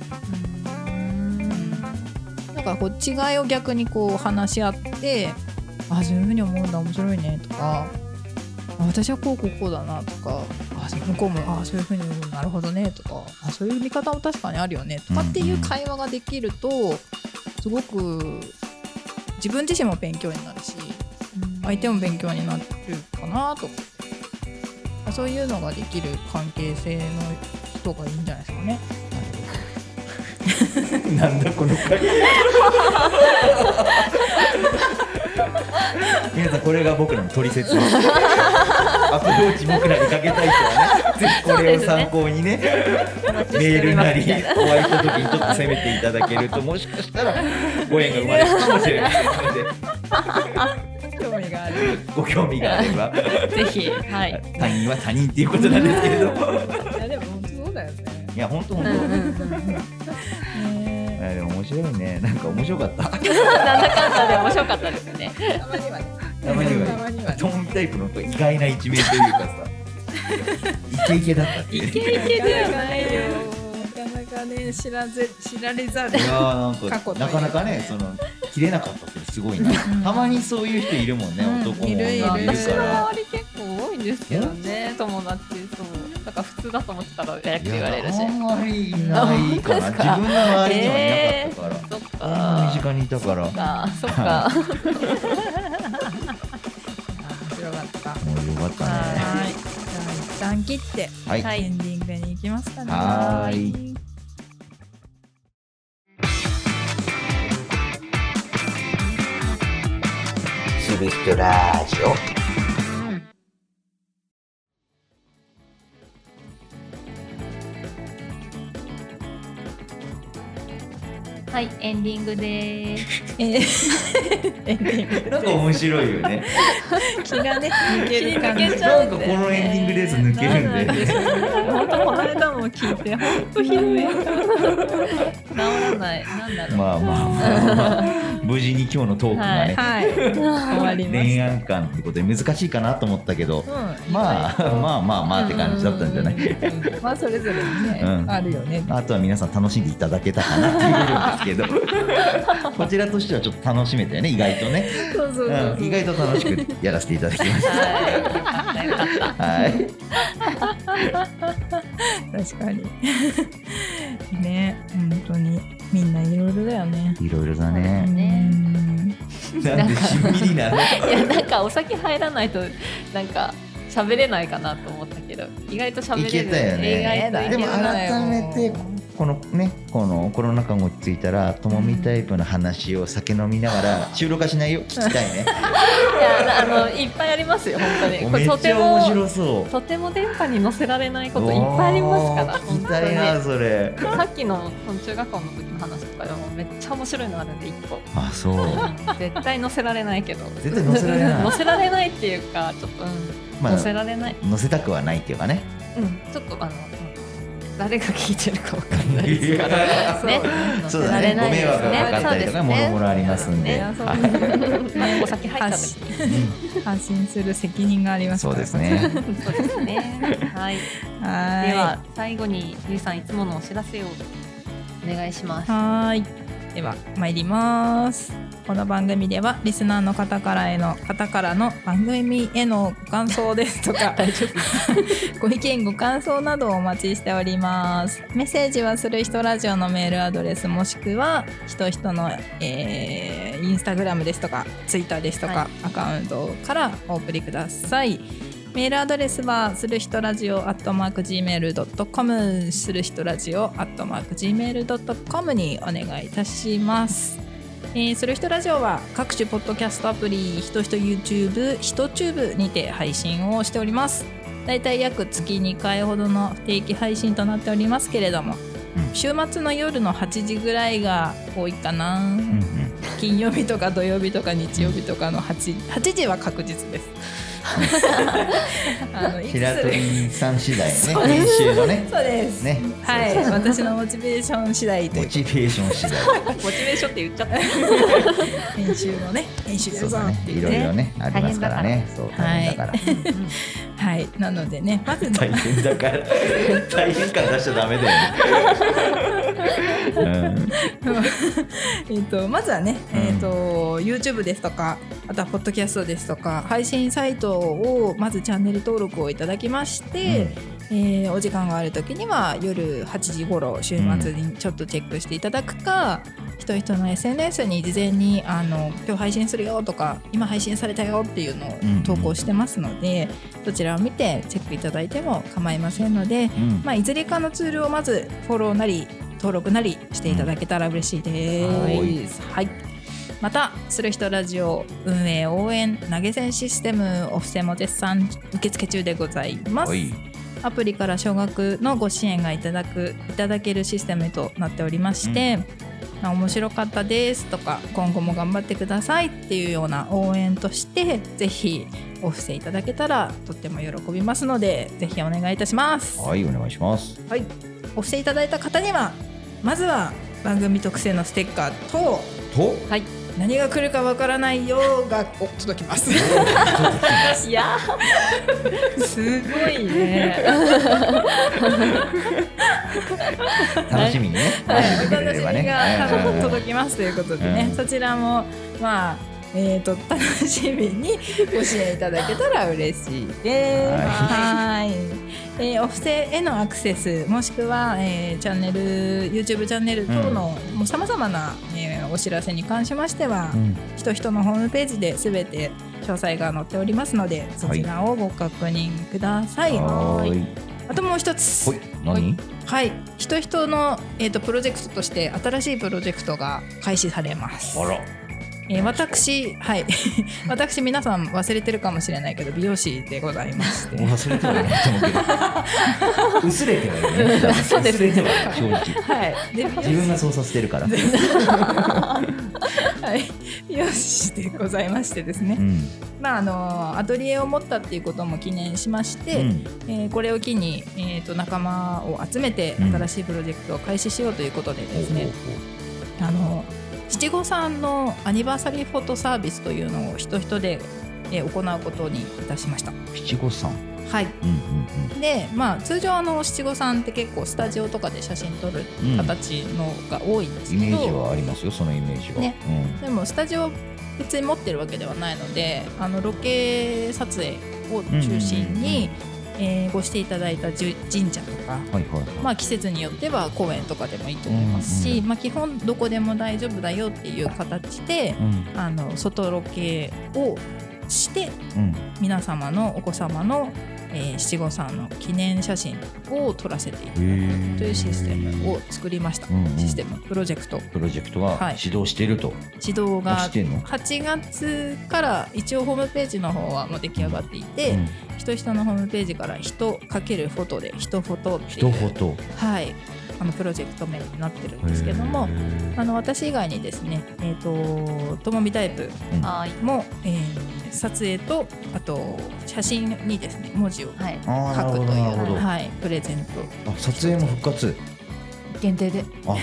だからこう違いを逆にこう話し合って、あ、そういう風に思うんだ、面白いねとか、私はこうだなとか、向こうもそういう風に思う、なるほどねとか、そういう見方も確かにあるよねとかっていう会話ができると、すごく自分自身も勉強になるし、相手も勉強になるかなと思って、そういうのができる関係性の人がいいんじゃないですかね。 なんだこの回皆さんこれが僕らの取説です。アプローチ僕らにかけたい人はね、ぜひこれを参考にね、メールなりお会いした時にちょっと攻めていただけると、もしかしたらご縁が生まれるかもしれませんので興味があるご興味があればぜひ、はい、 他人は他人っていうことなんですけれどいやでも本当そうだよね。 いや本当でも面白いね。なんか面白かったなんだかんだで面白かったですね。 たまにはね、 たまにはトモミタイプの意外な一面というかさイケイケだったっていう。 イケイケではないよ。 なかなかね知られざる。 いやなんかなかなかね、その切れなかったってすごいな。たまにそういう人いるもんね、男もいるから。 私の周り結構多いんですけどね、友達。そうだから普通だと思ってたら早く言われるし。 あんまりいないかな。自分の周りにはいなかったから。 そっか。 身近にいたから。 そっか。 面白かった。 面白かったね。 はい。じゃあ一旦切って、 はい、 エンディングに行きますかね。 はい。する人ラジオ。 はい、エンディングです。 なんか面白いよね。 気がね抜ける感じ。 なんかこのエンディングです抜けるんで。 本当この間も聞いて本当ひどい。 治らない。なんだろう。 まあ無事に今日のトークがね、 終わりました。 恋愛観ってことで難しいかなと思ったけど、まあって感じだったんじゃない。 まあそれぞれにねあるよね。 あとは皆さん楽しんでいただけたかなっていう部分ですけど、こちらとしてはちょっと楽しめたよね、意外とね。意外と楽しくやらせていただきました。はい。 確かに。ね、本当にみんないろいろだよね。 いろいろだね。なんでしんみりなの？いやなんかお酒入らないとなんか喋れないかなと思ったけど、意外と喋れる。 いけたよね。でも改めてこのコロナ禍が落ち着いたらともみタイプの話を酒飲みながら収録はしないよ、聞きたいね。 いやいっぱいありますよ本当に。 めっちゃ面白そう。 とても電波に載せられないこといっぱいありますから。 聞きたいなそれ。 さっきの中学校の時の話とかでもめっちゃ面白いのあるんで1個。 あ、そう。 絶対載せられないけど。 絶対載せられない。 載せられないっていうかちょっと載せられない。 載せたくはないっていうかね。 ちょっと誰が聞いてるかわかんないですからね。 そうだね。ご迷惑がかかったりとかもろもろありますんで。 お酒入った時に発信する責任がありますから。 そうですね。 そうですね。はい。では最後にゆいさんいつものお知らせをお願いします。 はい。では参ります。この番組ではリスナーの方からの番組へのご感想ですとかご意見ご感想などをお待ちしております。メッセージはする人ラジオのメールアドレスもしくはひとひとの、インスタグラムですとかツイッターですとか、アカウントからお送りください。メールアドレスはする人ラジオ@gmail.com する人ラジオ@gmail.com にお願いいたします。する人ラジオは各種ポッドキャストアプリひとひと YouTube ひとチューブにて配信をしております。だいたい約月2回ほどの不定期配信となっておりますけれども、週末の夜の8時ぐらいが多いかな、金曜日とか土曜日とか日曜日とかの8時は確実です。 白鳥さん次第ね、編集のね。 そうですね。はい、私のモチベーション次第という。 モチベーション次第。 モチベーションって言っちゃった。 編集のね、編集そうだね。いろいろねありますからね。そう大変だから。 はい、なのでね、まず大変だから大変感出しちゃダメだよね。まずはね、YouTube ですとか、あとはポッドキャストですとか配信サイトをまずチャンネル登録をいただきまして、お時間がある時には夜8時頃週末にちょっとチェックしていただくか、ひとひとの SNS に事前に今日配信するよとか今配信されたよっていうのを投稿してますので、そちらを見てチェックいただいても構いませんので、いずれかのツールをまずフォローなり登録なりしていただけたら嬉しいです、はい。またする人ラジオ運営応援投げ銭システムお布施も絶賛受付中でございます。アプリから少額のご支援がいただけるシステムとなっておりまして、面白かったですとか今後も頑張ってくださいっていうような応援としてぜひお布施いただけたらとっても喜びますのでぜひお願いいたします。 はい、お願いします。 はい、お布施いただいた方にはまずは番組特製のステッカーと、はい、何が来るかわからないよが届きます。 いやすごいね。 楽しみにね。 はい、お楽しみが届きますということでね、そちらもまあ楽しみにご支援いただけたら嬉しいです。はい、お布施へのアクセスもしくは、チャンネル YouTube チャンネル等のさまざまな、お知らせに関しましては、ひとひとのホームページで全て詳細が載っておりますのでそちらをご確認ください。あともう一つ、 何？ はい、ひとひとの、プロジェクトとして新しいプロジェクトが開始されます。私皆さん忘れてるかもしれないけど美容師でございまして。 忘れてはいないと思うけど薄れてはいない。 そうですね、 正直、はい、自分がそうさせてるからはい、 美容師でございましてですね、アトリエを持ったっていうことも記念しまして、これを機に、仲間を集めて新しいプロジェクトを開始しようということでですね、七五三のアニバーサリーフォトサービスというのを人で、行うことにいたしました。 七五三、 はい、で、通常七五三って結構スタジオとかで写真撮る形のが多いんですけど、 イメージはありますよ、そのイメージは、ね。 でもスタジオ別に持ってるわけではないのでロケ撮影を中心に、ごしていただいた神社とか、季節によっては公園とかでもいいと思いますし、基本どこでも大丈夫だよっていう形で、外ロケをして、皆様のお子様の、七五三の記念写真を撮らせていただくというシステムを作りました。システムプロジェクトが始動していると、 始動が8月から一応ホームページの方はもう出来上がっていて、ひとひとのホームページから人×フォトで人フォトっていう、はい、プロジェクト名になってるんですけども、私以外にですね、ともみタイプも、撮影とあと写真にですね文字を書くという、はい、プレゼント。 撮影も復活限定で復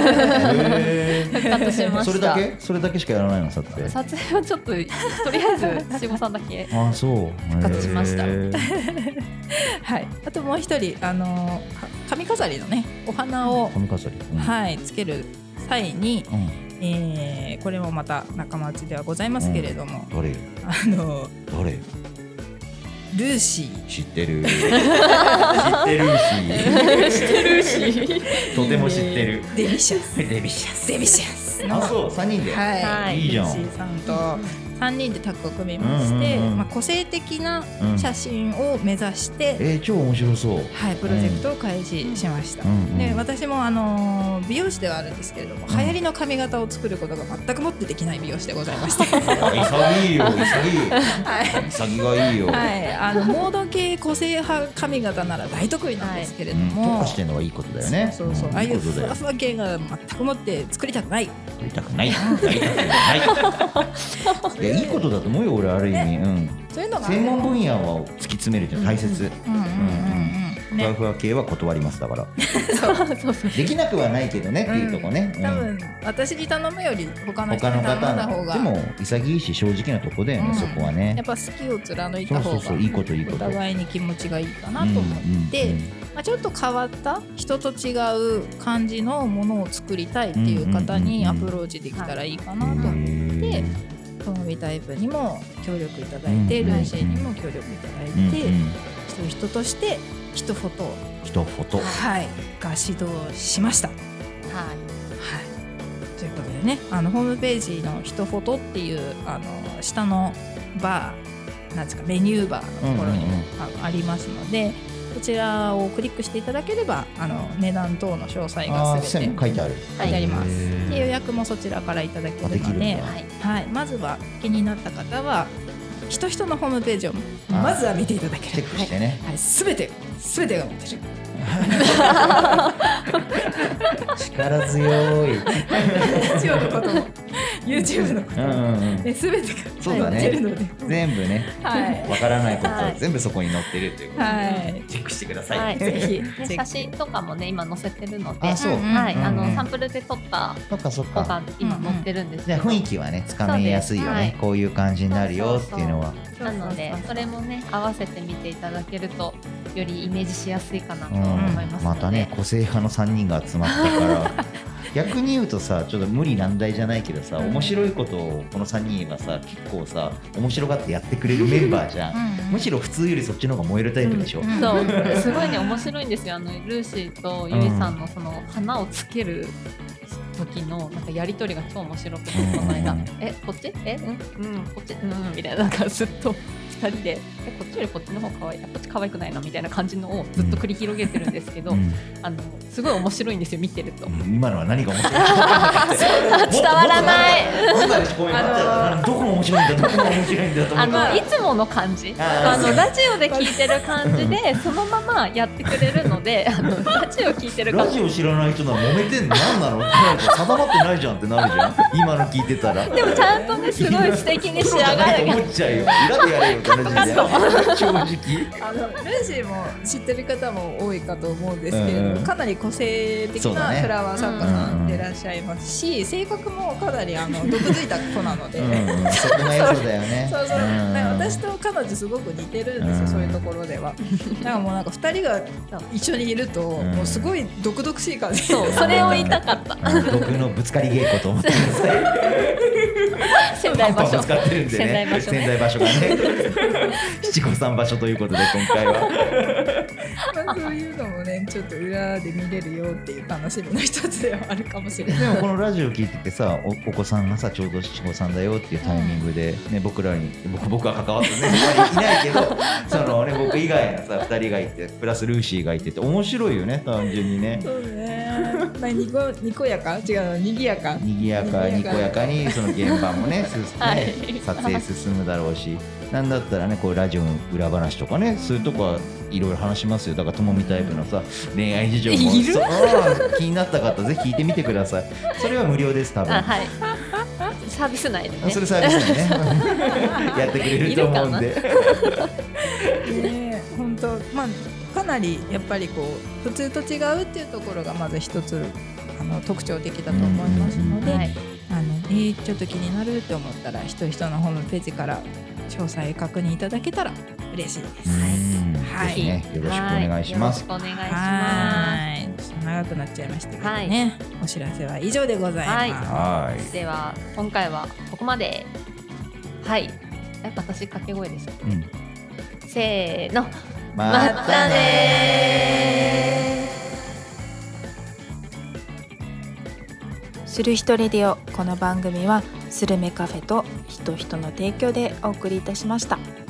活しました。 それだけしかやらないの？撮影はちょっととりあえず七五三だけ復活しました。 はい、あともう一人髪飾りのねお花をはい、つける際に、これもまた仲間内ではございますけれども、 誰ルーシー知ってるしとても知ってる。 デビシャスあ、そう3人で、 はい、 いいじゃん。 ルーシーさんと3人でタッグを組みまして、個性的な写真を目指して、 超面白そう、 はい、プロジェクトを開始しました。で、私も美容師ではあるんですけれども、流行りの髪型を作ることが全くもってできない美容師でございまして潔いよ、潔がいいよ、 はい、モード系個性派髪型なら大得意なんですけれども、 特化してるのはいいことだよね。 そうああいうふわふわ系が全くもって作りたくないいや、いいことだと思うよ、俺。ある意味、 そういうのが専門分野を突き詰めるって大切。ふわふわ系は断ります。だからできなくはないけどねっていうとこね。 多分私に頼むより他の人にに頼んだ方がでも潔いし正直なとこだよね、そこはね。 やっぱ好きを貫いた方がいいことお互いに気持ちがいいかなと思って、ちょっと変わった人と違う感じのものを作りたいっていう方にアプローチできたらいいかなと思ってともみタイプにも協力いただいて、ルーシーにも協力いただいて、人として人フォト、はい、が指導しました。はい、ということでね、ホームページの人フォトっていう下のバーなんですか、メニューバーのところにもありますので、 そちらをクリックしていただければ値段等の詳細がすべて書いてある、 書いてあります。で予約もそちらからいただけるので、はい、まずは気になった方はひとひとのホームページをまずは見ていただける。 チェックしてね。 はい、すべてが載ってる。 力強い。 ラジオのことも YouTube のこともすべてが載ってるので、 全部ね、わからないことは全部そこに載ってるということでチェックしてください。 ぜひ写真とかもね今載せてるので、 そう、 サンプルで撮った方が今載ってるんですけど、 雰囲気はねつかめやすいよね。こういう感じになるよっていうのは。 なのでそれもね合わせて見ていただけるとよりイメージしやすいかなと思いますので、 またね個性派の3人が集まったから逆に言うとさちょっと無理難題じゃないけどさ、面白いことをこの3人はさ結構さ面白がってやってくれるメンバーじゃん。むしろ普通よりそっちの方が燃えるタイプでしょ。 そうすごいね面白いんですよ。ルーシーとゆいさんのその花をつける時のなんかやり取りが超面白くて、この間こっちこっちみたいな、なんかずっと2人でこっちよりこっちの方可愛い、こっち可愛くないのみたいな感じのをずっと繰り広げてるんですけど、すごい面白いんですよ見てると。 今のは何が面白いのか伝わらない。 どこも面白いんだ、どこも面白いんだと思って。 いつもの感じ、ラジオで聞いてる感じでそのままやってくれるので、ラジオ聞いてるラジオ知らない人なら揉めてんの何なの定まってないじゃんってなるじゃん今の聞いてたら。 でもちゃんとねすごい素敵に仕上がる。 思っちゃうよ、裏でやれよって話じゃん正直。 ルーシーも知ってる方も多いかと思うんですけれど、かなり個性的なフラワー作家さんでいらっしゃいますし、性格もかなり毒づいた子なので、 そこが良さだよね。 そう私と彼女すごく似てるんですよ、そういうところでは。だからもうなんか2人が一緒にいるともうすごい毒々しい感じ。 そう、それを言いたかった。 毒のぶつかり稽古と思ってください。 仙台場所、 仙台場所がね七五三場所ということで今回はそういうのもねちょっと裏で見れるよっていう楽しみの一つではあるかもしれない。 でもこのラジオ聞いててさ、お子さんがさちょうど七五三だよっていうタイミングで、ね、僕らに僕は関わってねいないけどその、ね、僕以外のさ2人がいてプラスルーシーがいてて面白いよね単純にね。 そうねにこやか違うにぎやかにこやかにその現場もね撮影進むだろうし、なんだったらねこうラジオの裏話とかねそういうとこはいろいろ話しますよ。だからともみタイプのさ恋愛事情も気になった方ぜひ聞いてみてください。それは無料です多分。 サービス内でね。 それサービス内ねやってくれると思うんで。 本当かなりやっぱりこう普通と違うっていうところがまず一つ特徴的だと思いますので、ちょっと気になるって思ったらひとひとのホームページから詳細確認いただけたら嬉しいです。 ぜひねよろしくお願いします。 よろしくお願いします。 長くなっちゃいましたけどね、お知らせは以上でございます。 では今回はここまで。私掛け声です。せーの。またねする人レディオ。この番組はスルメカフェとひとひとの提供でお送りいたしました。